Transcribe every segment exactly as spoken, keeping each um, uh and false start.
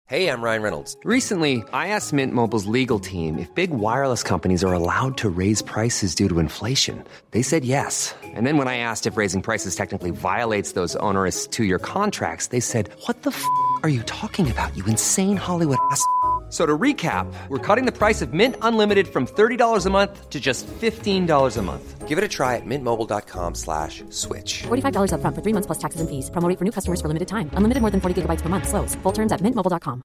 Hey, I'm Ryan Reynolds. Recently, I asked Mint Mobile's legal team if big wireless companies are allowed to raise prices due to inflation. They said yes. And then when I asked if raising prices technically violates those onerous two-year contracts, they said, what the f*** are you talking about, you insane Hollywood ass f- So to recap, we're cutting the price of Mint Unlimited from thirty dollars a month to just fifteen dollars a month. Give it a try at mintmobile.com slash switch. forty-five dollars up front for three months plus taxes and fees. Promo rate for new customers for limited time. Unlimited more than forty gigabytes per month. Slows full terms at mint mobile dot com.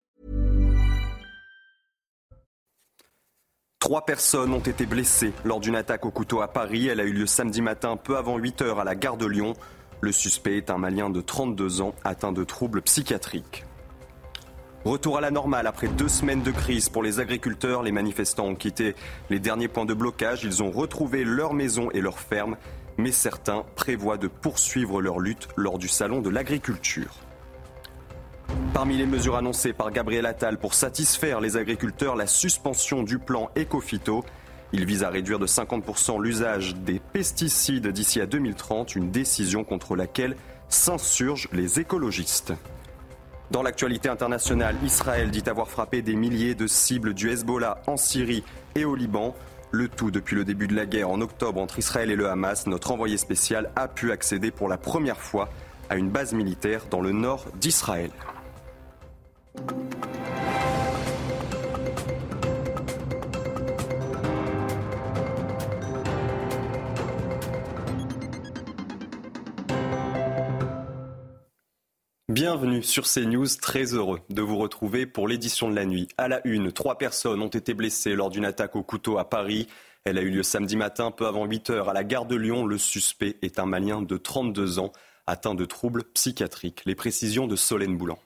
Trois personnes ont été blessées lors d'une attaque au couteau à Paris. Elle a eu lieu samedi matin, peu avant huit heures, à la gare de Lyon. Le suspect est un Malien de trente-deux ans, atteint de troubles psychiatriques. Retour à la normale après deux semaines de crise pour les agriculteurs. Les manifestants ont quitté les derniers points de blocage. Ils ont retrouvé leurs maisons et leurs fermes. Mais certains prévoient de poursuivre leur lutte lors du salon de l'agriculture. Parmi les mesures annoncées par Gabriel Attal pour satisfaire les agriculteurs, la suspension du plan Écophyto. Il vise à réduire de cinquante pour cent l'usage des pesticides d'ici à deux mille trente, une décision contre laquelle s'insurgent les écologistes. Dans l'actualité internationale, Israël dit avoir frappé des milliers de cibles du Hezbollah en Syrie et au Liban. Le tout depuis le début de la guerre en octobre entre Israël et le Hamas. Notre envoyé spécial a pu accéder pour la première fois à une base militaire dans le nord d'Israël. Bienvenue sur CNews, très heureux de vous retrouver pour l'édition de la nuit. À la une, trois personnes ont été blessées lors d'une attaque au couteau à Paris. Elle a eu lieu samedi matin, peu avant huit heures, à la gare de Lyon. Le suspect est un Malien de trente-deux ans, atteint de troubles psychiatriques. Les précisions de Solène Boulan.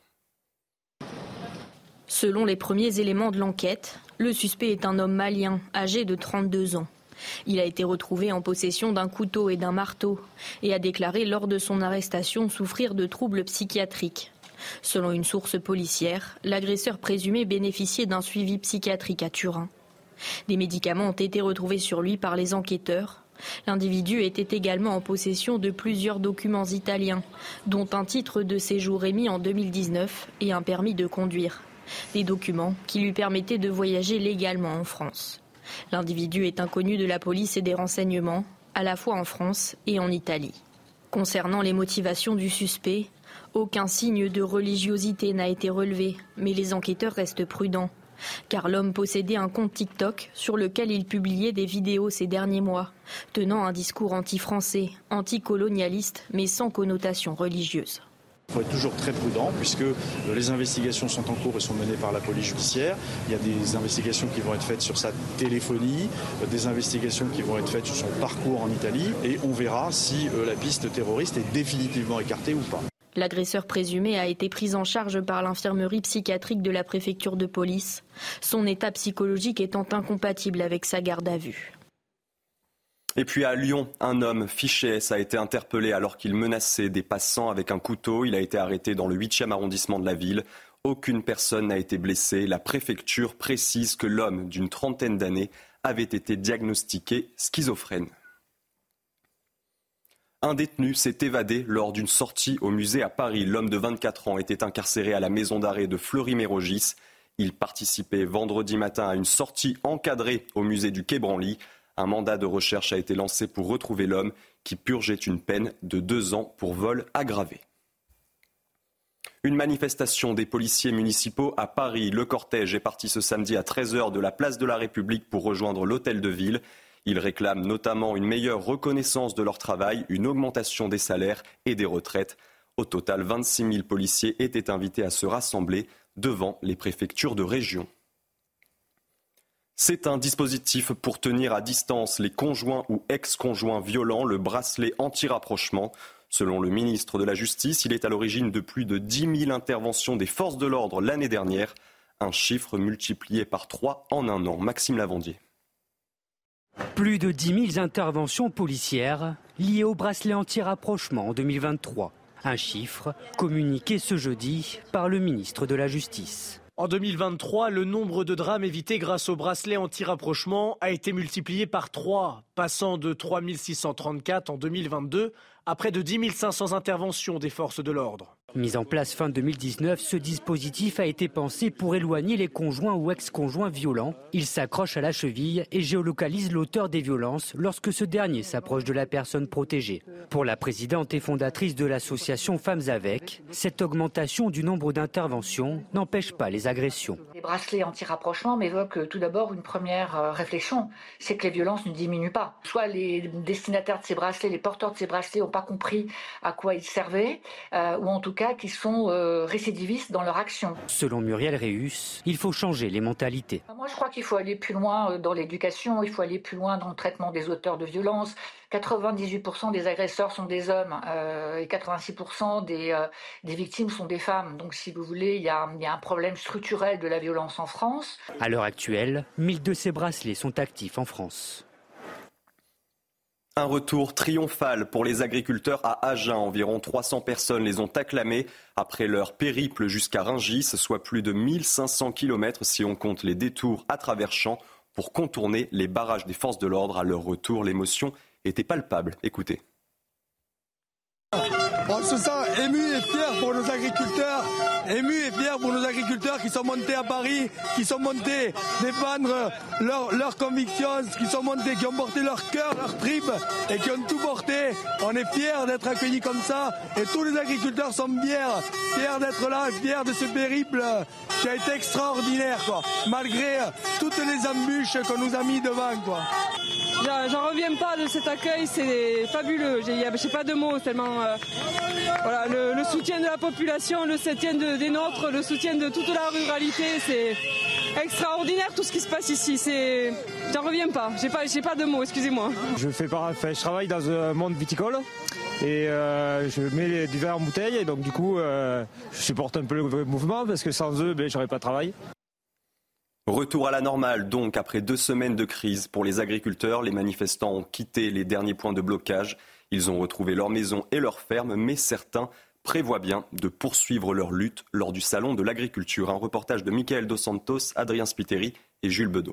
Selon les premiers éléments de l'enquête, le suspect est un homme malien, âgé de trente-deux ans. Il a été retrouvé en possession d'un couteau et d'un marteau et a déclaré lors de son arrestation souffrir de troubles psychiatriques. Selon une source policière, l'agresseur présumé bénéficiait d'un suivi psychiatrique à Turin. Des médicaments ont été retrouvés sur lui par les enquêteurs. L'individu était également en possession de plusieurs documents italiens, dont un titre de séjour émis en deux mille dix-neuf et un permis de conduire. Des documents qui lui permettaient de voyager légalement en France. L'individu est inconnu de la police et des renseignements, à la fois en France et en Italie. Concernant les motivations du suspect, aucun signe de religiosité n'a été relevé, mais les enquêteurs restent prudents. Car l'homme possédait un compte TikTok sur lequel il publiait des vidéos ces derniers mois, tenant un discours anti-français, anticolonialiste, mais sans connotation religieuse. Il faut être toujours très prudent puisque les investigations sont en cours et sont menées par la police judiciaire. Il y a des investigations qui vont être faites sur sa téléphonie, des investigations qui vont être faites sur son parcours en Italie et on verra si la piste terroriste est définitivement écartée ou pas. L'agresseur présumé a été pris en charge par l'infirmerie psychiatrique de la préfecture de police, son état psychologique étant incompatible avec sa garde à vue. Et puis à Lyon, un homme fiché S a été interpellé alors qu'il menaçait des passants avec un couteau. Il a été arrêté dans le huitième arrondissement de la ville. Aucune personne n'a été blessée. La préfecture précise que l'homme d'une trentaine d'années avait été diagnostiqué schizophrène. Un détenu s'est évadé lors d'une sortie au musée à Paris. L'homme de vingt-quatre ans était incarcéré à la maison d'arrêt de Fleury-Mérogis. Il participait vendredi matin à une sortie encadrée au musée du Quai Branly. Un mandat de recherche a été lancé pour retrouver l'homme qui purgeait une peine de deux ans pour vol aggravé. Une manifestation des policiers municipaux à Paris. Le cortège est parti ce samedi à treize heures de la place de la République pour rejoindre l'hôtel de ville. Ils réclament notamment une meilleure reconnaissance de leur travail, une augmentation des salaires et des retraites. Au total, vingt-six mille policiers étaient invités à se rassembler devant les préfectures de région. C'est un dispositif pour tenir à distance les conjoints ou ex-conjoints violents, le bracelet anti-rapprochement. Selon le ministre de la Justice, il est à l'origine de plus de dix mille interventions des forces de l'ordre l'année dernière, un chiffre multiplié par trois en un an. Maxime Lavandier. Plus de dix mille interventions policières liées au bracelet anti-rapprochement en deux mille vingt-trois. Un chiffre communiqué ce jeudi par le ministre de la Justice. En deux mille vingt-trois, le nombre de drames évités grâce au bracelet anti-rapprochement a été multiplié par trois, passant de trois mille six cent trente-quatre en deux mille vingt-deux à près de dix mille cinq cents interventions des forces de l'ordre. Mis en place fin deux mille dix-neuf, ce dispositif a été pensé pour éloigner les conjoints ou ex-conjoints violents. Il s'accroche à la cheville et géolocalise l'auteur des violences lorsque ce dernier s'approche de la personne protégée. Pour la présidente et fondatrice de l'association Femmes Avec, cette augmentation du nombre d'interventions n'empêche pas les agressions. Les bracelets anti-rapprochement m'évoquent tout d'abord une première réflexion, c'est que les violences ne diminuent pas. Soit les destinataires de ces bracelets, les porteurs de ces bracelets n'ont pas compris à quoi ils servaient, euh, ou en tout cas qui sont euh, récidivistes dans leur action. Selon Muriel Réus, il faut changer les mentalités. Moi je crois qu'il faut aller plus loin dans l'éducation, il faut aller plus loin dans le traitement des auteurs de violences. quatre-vingt-dix-huit pour cent des agresseurs sont des hommes euh, et quatre-vingt-six pour cent des, euh, des victimes sont des femmes. Donc si vous voulez, il y a, il y a un problème structurel de la violence en France. À l'heure actuelle, mille de ces bracelets sont actifs en France. Un retour triomphal pour les agriculteurs à Agen. Environ trois cents personnes les ont acclamés après leur périple jusqu'à Rungis, soit plus de mille cinq cents kilomètres si on compte les détours à travers champs pour contourner les barrages des forces de l'ordre. À leur retour, l'émotion était palpable. Écoutez. On se sent ému et fier pour nos agriculteurs, ému et fier pour nos agriculteurs qui sont montés à Paris, qui sont montés défendre leurs leur convictions, qui sont montés, qui ont porté leur cœur, leur tripes et qui ont tout porté. On est fiers d'être accueillis comme ça et tous les agriculteurs sont fiers, fiers d'être là, fiers de ce périple qui a été extraordinaire, quoi, malgré toutes les embûches qu'on nous a mis devant, quoi. J'en reviens pas de cet accueil, c'est fabuleux. J'ai, j'ai pas de mots tellement. Euh, voilà, le, le soutien de la population, le soutien de, des nôtres, le soutien de toute la ruralité, c'est extraordinaire tout ce qui se passe ici. C'est, j'en reviens pas. J'ai pas, j'ai pas de mots. Excusez-moi. Je fais pas, enfin, je travaille dans un monde viticole et euh, je mets du vin en bouteille et donc du coup, euh, je supporte un peu le mouvement parce que sans eux, ben, j'aurais pas de travail. Retour à la normale donc après deux semaines de crise. Pour les agriculteurs, les manifestants ont quitté les derniers points de blocage. Ils ont retrouvé leurs maisons et leurs fermes, mais certains prévoient bien de poursuivre leur lutte lors du salon de l'agriculture. Un reportage de Michael Dos Santos, Adrien Spiteri et Jules Bedeau.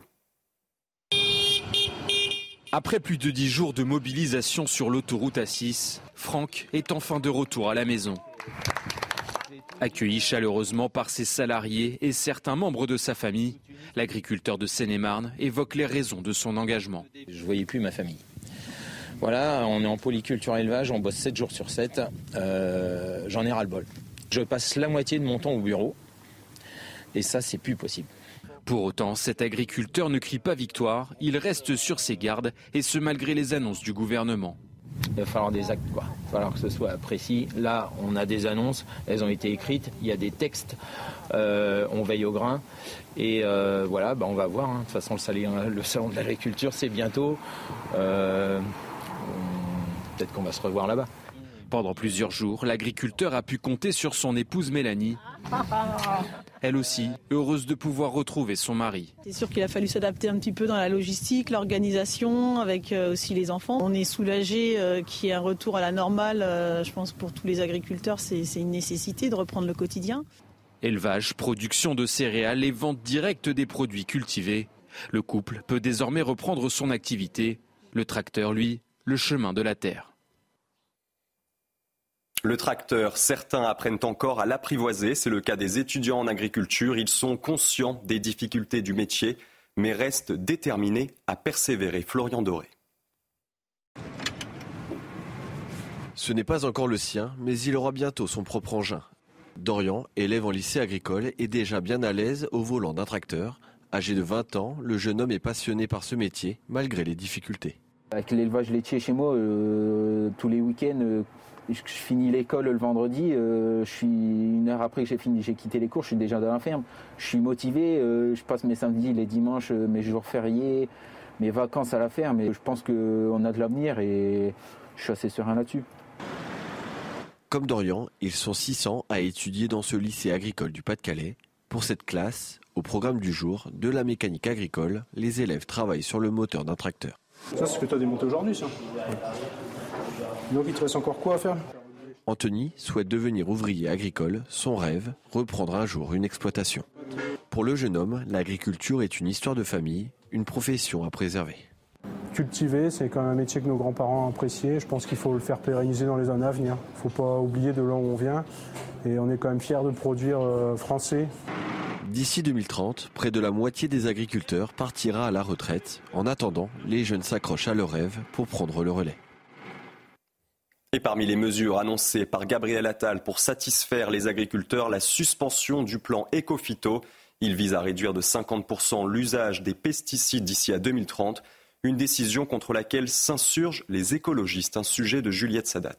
Après plus de dix jours de mobilisation sur l'autoroute A six, Franck est enfin de retour à la maison. Accueilli chaleureusement par ses salariés et certains membres de sa famille, l'agriculteur de Seine-et-Marne évoque les raisons de son engagement. Je ne voyais plus ma famille. Voilà, on est en polyculture élevage, on bosse sept jours sur sept, euh, j'en ai ras-le-bol. Je passe la moitié de mon temps au bureau et ça, c'est plus possible. Pour autant, cet agriculteur ne crie pas victoire, il reste sur ses gardes et ce malgré les annonces du gouvernement. Il va falloir des actes, quoi. Il va falloir que ce soit précis. Là, on a des annonces, elles ont été écrites, il y a des textes, euh, on veille au grain. Et euh, voilà, bah, on va voir. Hein. De toute façon, le salon, le salon de l'agriculture, c'est bientôt. Euh, on... Peut-être qu'on va se revoir là-bas. Pendant plusieurs jours, l'agriculteur a pu compter sur son épouse Mélanie. Elle aussi, heureuse de pouvoir retrouver son mari. C'est sûr qu'il a fallu s'adapter un petit peu dans la logistique, l'organisation, avec aussi les enfants. On est soulagé euh, qu'il y ait un retour à la normale. Euh, je pense pour tous les agriculteurs, c'est, c'est une nécessité de reprendre le quotidien. Élevage, production de céréales et vente directe des produits cultivés. Le couple peut désormais reprendre son activité. Le tracteur, lui, le chemin de la terre. Le tracteur, certains apprennent encore à l'apprivoiser. C'est le cas des étudiants en agriculture. Ils sont conscients des difficultés du métier, mais restent déterminés à persévérer. Florian Doré. Ce n'est pas encore le sien, mais il aura bientôt son propre engin. Dorian, élève en lycée agricole, est déjà bien à l'aise au volant d'un tracteur. Âgé de vingt ans, le jeune homme est passionné par ce métier, malgré les difficultés. Avec l'élevage laitier chez moi, euh, tous les week-ends, euh, je finis l'école le vendredi, euh, je suis une heure après que j'ai fini, j'ai quitté les cours, je suis déjà dans la ferme. Je suis motivé, euh, je passe mes samedis, les dimanches, mes jours fériés, mes vacances à la ferme. Et je pense qu'on a de l'avenir et je suis assez serein là-dessus. Comme Dorian, ils sont six cents à étudier dans ce lycée agricole du Pas-de-Calais. Pour cette classe, au programme du jour, de la mécanique agricole, les élèves travaillent sur le moteur d'un tracteur. Ça, c'est ce que tu as démonté aujourd'hui, ça. Donc, il te reste encore quoi à faire ? Anthony souhaite devenir ouvrier agricole. Son rêve, reprendre un jour une exploitation. Pour le jeune homme, l'agriculture est une histoire de famille, une profession à préserver. cultivé, c'est quand même un métier que nos grands-parents appréciaient. Je pense qu'il faut le faire pérenniser dans les années à venir. Il ne faut pas oublier de là où on vient. Et on est quand même fiers de produire euh, français. D'ici deux mille trente, près de la moitié des agriculteurs partira à la retraite. En attendant, les jeunes s'accrochent à leurs rêves pour prendre le relais. Et parmi les mesures annoncées par Gabriel Attal pour satisfaire les agriculteurs, la suspension du plan Ecophyto. Il vise à réduire de cinquante pour cent l'usage des pesticides d'ici à deux mille trente. Une décision contre laquelle s'insurgent les écologistes. Un sujet de Juliette Sadat.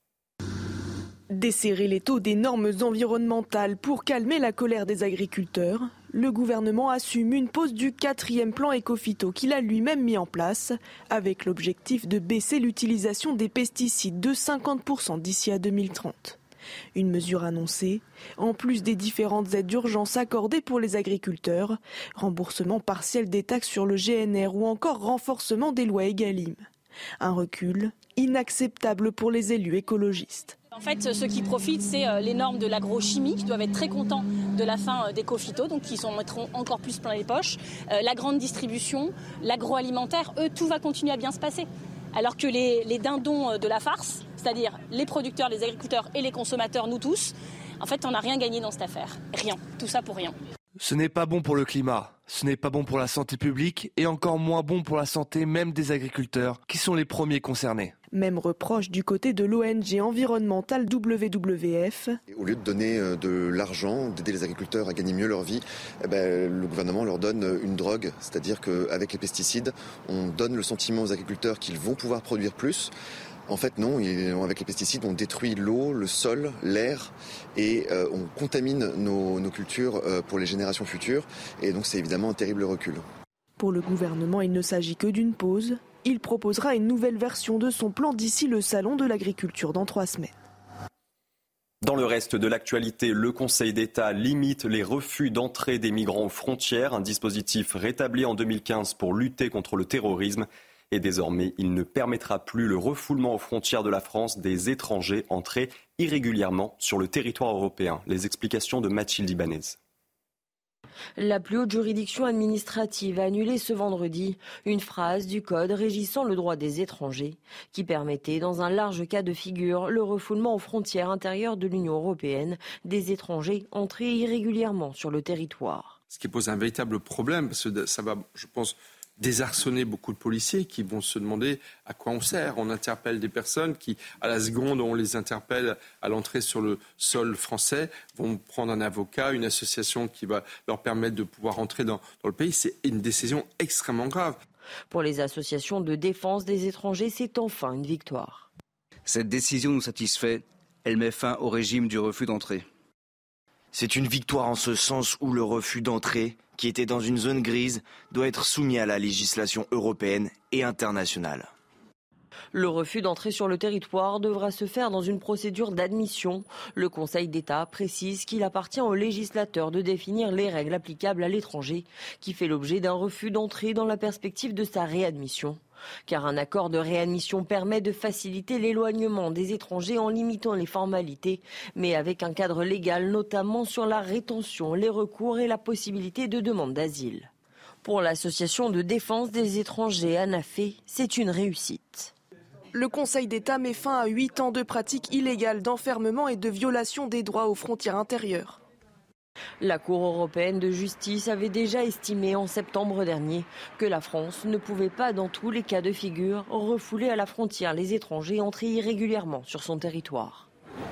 Desserrer les taux des normes environnementales pour calmer la colère des agriculteurs, le gouvernement assume une pause du quatrième plan Ecophyto qu'il a lui-même mis en place, avec l'objectif de baisser l'utilisation des pesticides de cinquante pour cent d'ici à deux mille trente. Une mesure annoncée, en plus des différentes aides d'urgence accordées pour les agriculteurs, remboursement partiel des taxes sur le G N R ou encore renforcement des lois Egalim. Un recul inacceptable pour les élus écologistes. En fait, ceux qui profitent, c'est les normes de l'agrochimie qui doivent être très contents de la fin d'Ecophyto, donc qui s'en mettront encore plus plein les poches. La grande distribution, l'agroalimentaire, eux, tout va continuer à bien se passer. Alors que les, les dindons de la farce, c'est-à-dire les producteurs, les agriculteurs et les consommateurs, nous tous, en fait, on n'a rien gagné dans cette affaire. Rien. Tout ça pour rien. Ce n'est pas bon pour le climat, ce n'est pas bon pour la santé publique et encore moins bon pour la santé même des agriculteurs qui sont les premiers concernés. Même reproche du côté de l'O N G environnementale W W F. Au lieu de donner de l'argent, d'aider les agriculteurs à gagner mieux leur vie, eh ben, le gouvernement leur donne une drogue. C'est-à-dire qu'avec les pesticides, on donne le sentiment aux agriculteurs qu'ils vont pouvoir produire plus. En fait, non, avec les pesticides, on détruit l'eau, le sol, l'air et euh, on contamine nos, nos cultures euh, pour les générations futures. Et donc, c'est évidemment un terrible recul. Pour le gouvernement, il ne s'agit que d'une pause. Il proposera une nouvelle version de son plan d'ici le salon de l'agriculture dans trois semaines. Dans le reste de l'actualité, le Conseil d'État limite les refus d'entrée des migrants aux frontières, un dispositif rétabli en deux mille quinze pour lutter contre le terrorisme. Et désormais, il ne permettra plus le refoulement aux frontières de la France des étrangers entrés irrégulièrement sur le territoire européen. Les explications de Mathilde Ibanez. La plus haute juridiction administrative a annulé ce vendredi une phrase du code régissant le droit des étrangers qui permettait, dans un large cas de figure, le refoulement aux frontières intérieures de l'Union européenne des étrangers entrés irrégulièrement sur le territoire. Ce qui pose un véritable problème, parce que ça va, je pense, désarçonner beaucoup de policiers qui vont se demander à quoi on sert. On interpelle des personnes qui, à la seconde où on les interpelle à l'entrée sur le sol français, vont prendre un avocat, une association qui va leur permettre de pouvoir entrer dans, dans le pays. C'est une décision extrêmement grave. Pour les associations de défense des étrangers, c'est enfin une victoire. Cette décision nous satisfait. Elle met fin au régime du refus d'entrée. C'est une victoire en ce sens où le refus d'entrée, qui était dans une zone grise, doit être soumis à la législation européenne et internationale. Le refus d'entrée sur le territoire devra se faire dans une procédure d'admission. Le Conseil d'État précise qu'il appartient au législateur de définir les règles applicables à l'étranger qui fait l'objet d'un refus d'entrée dans la perspective de sa réadmission. Car un accord de réadmission permet de faciliter l'éloignement des étrangers en limitant les formalités, mais avec un cadre légal, notamment sur la rétention, les recours et la possibilité de demande d'asile. Pour l'association de défense des étrangers ANAFE, c'est une réussite. Le Conseil d'État met fin à huit ans de pratiques illégales d'enfermement et de violation des droits aux frontières intérieures. La Cour européenne de justice avait déjà estimé en septembre dernier que la France ne pouvait pas, dans tous les cas de figure, refouler à la frontière les étrangers entrés irrégulièrement sur son territoire.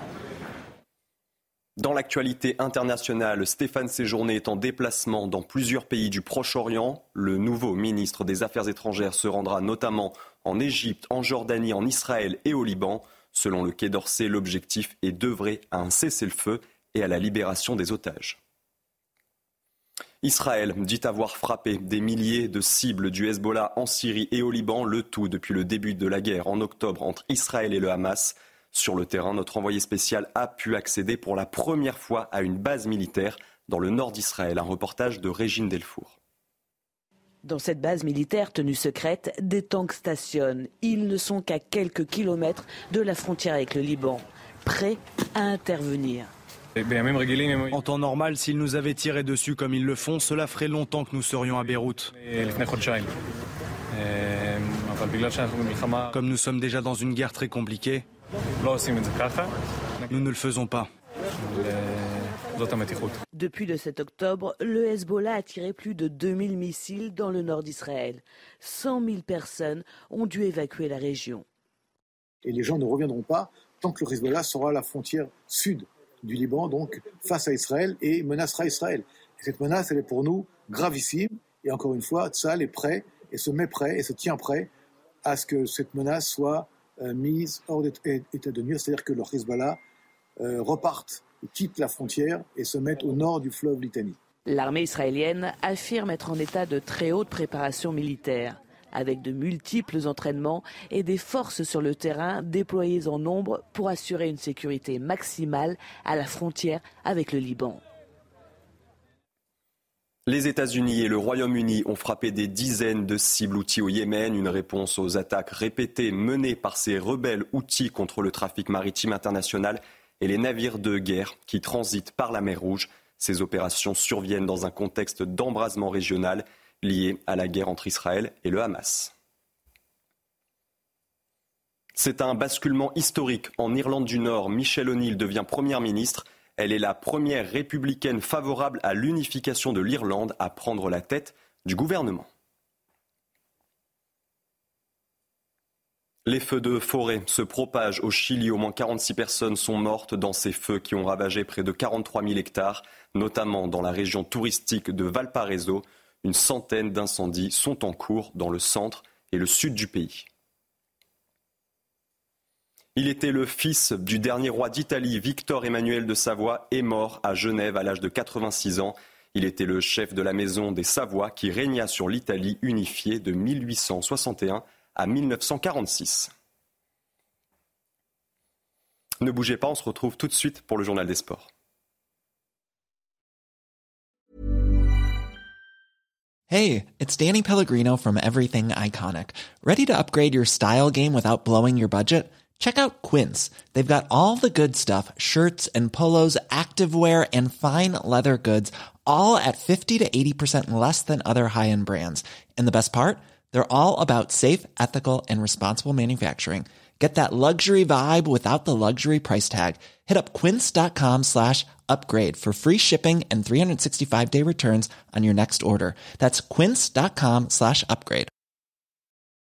Dans l'actualité internationale, Stéphane Séjourné est en déplacement dans plusieurs pays du Proche-Orient. Le nouveau ministre des Affaires étrangères se rendra notamment en Égypte, en Jordanie, en Israël et au Liban. Selon le Quai d'Orsay, l'objectif est d'œuvrer à un cessez-le-feu et à la libération des otages. Israël dit avoir frappé des milliers de cibles du Hezbollah en Syrie et au Liban, le tout depuis le début de la guerre en octobre entre Israël et le Hamas. Sur le terrain, notre envoyé spécial a pu accéder pour la première fois à une base militaire dans le nord d'Israël. Un reportage de Régine Delfour. Dans cette base militaire tenue secrète, des tanks stationnent. Ils ne sont qu'à quelques kilomètres de la frontière avec le Liban, prêts à intervenir. En temps normal, s'ils nous avaient tiré dessus comme ils le font, cela ferait longtemps que nous serions à Beyrouth. Comme nous sommes déjà dans une guerre très compliquée, nous ne le faisons pas. Depuis le sept octobre, le Hezbollah a tiré plus de deux mille missiles dans le nord d'Israël. cent mille personnes ont dû évacuer la région. Et les gens ne reviendront pas tant que le Hezbollah sera à la frontière sud du Liban, donc face à Israël, et menacera Israël. Et cette menace, elle est pour nous gravissime. Et encore une fois, Tsahal est prêt et se met prêt et se tient prêt à ce que cette menace soit euh, mise hors d'état de nuire, c'est-à-dire que le Hezbollah euh, reparte, quitte la frontière et se mette au nord du fleuve Litanie. L'armée israélienne affirme être en état de très haute préparation militaire, avec de multiples entraînements et des forces sur le terrain déployées en nombre pour assurer une sécurité maximale à la frontière avec le Liban. Les États-Unis et le Royaume-Uni ont frappé des dizaines de cibles Houthis au Yémen, une réponse aux attaques répétées menées par ces rebelles Houthis contre le trafic maritime international et les navires de guerre qui transitent par la mer Rouge. Ces opérations surviennent dans un contexte d'embrasement régional lié à la guerre entre Israël et le Hamas. C'est un basculement historique. En Irlande du Nord, Michelle O'Neill devient première ministre. Elle est la première républicaine favorable à l'unification de l'Irlande à prendre la tête du gouvernement. Les feux de forêt se propagent au Chili. Au moins quarante-six personnes sont mortes dans ces feux qui ont ravagé près de quarante-trois mille hectares, notamment dans la région touristique de Valparaiso. Une centaine d'incendies sont en cours dans le centre et le sud du pays. Il était le fils du dernier roi d'Italie, Victor Emmanuel de Savoie, est mort à Genève à l'âge de quatre-vingt-six ans. Il était le chef de la maison des Savoie qui régna sur l'Italie unifiée de mille huit cent soixante et un à mille neuf cent quarante-six. Ne bougez pas, on se retrouve tout de suite pour le journal des sports. Hey, it's Danny Pellegrino from Everything Iconic. Ready to upgrade your style game without blowing your budget? Check out Quince. They've got all the good stuff, shirts and polos, activewear, and fine leather goods, all at fifty to eighty percent less than other high-end brands. And the best part? They're all about safe, ethical, and responsible manufacturing. Get that luxury vibe without the luxury price tag. Hit up quince.com slash upgrade for free shipping and three sixty-five day returns on your next order. That's quince.com slash upgrade.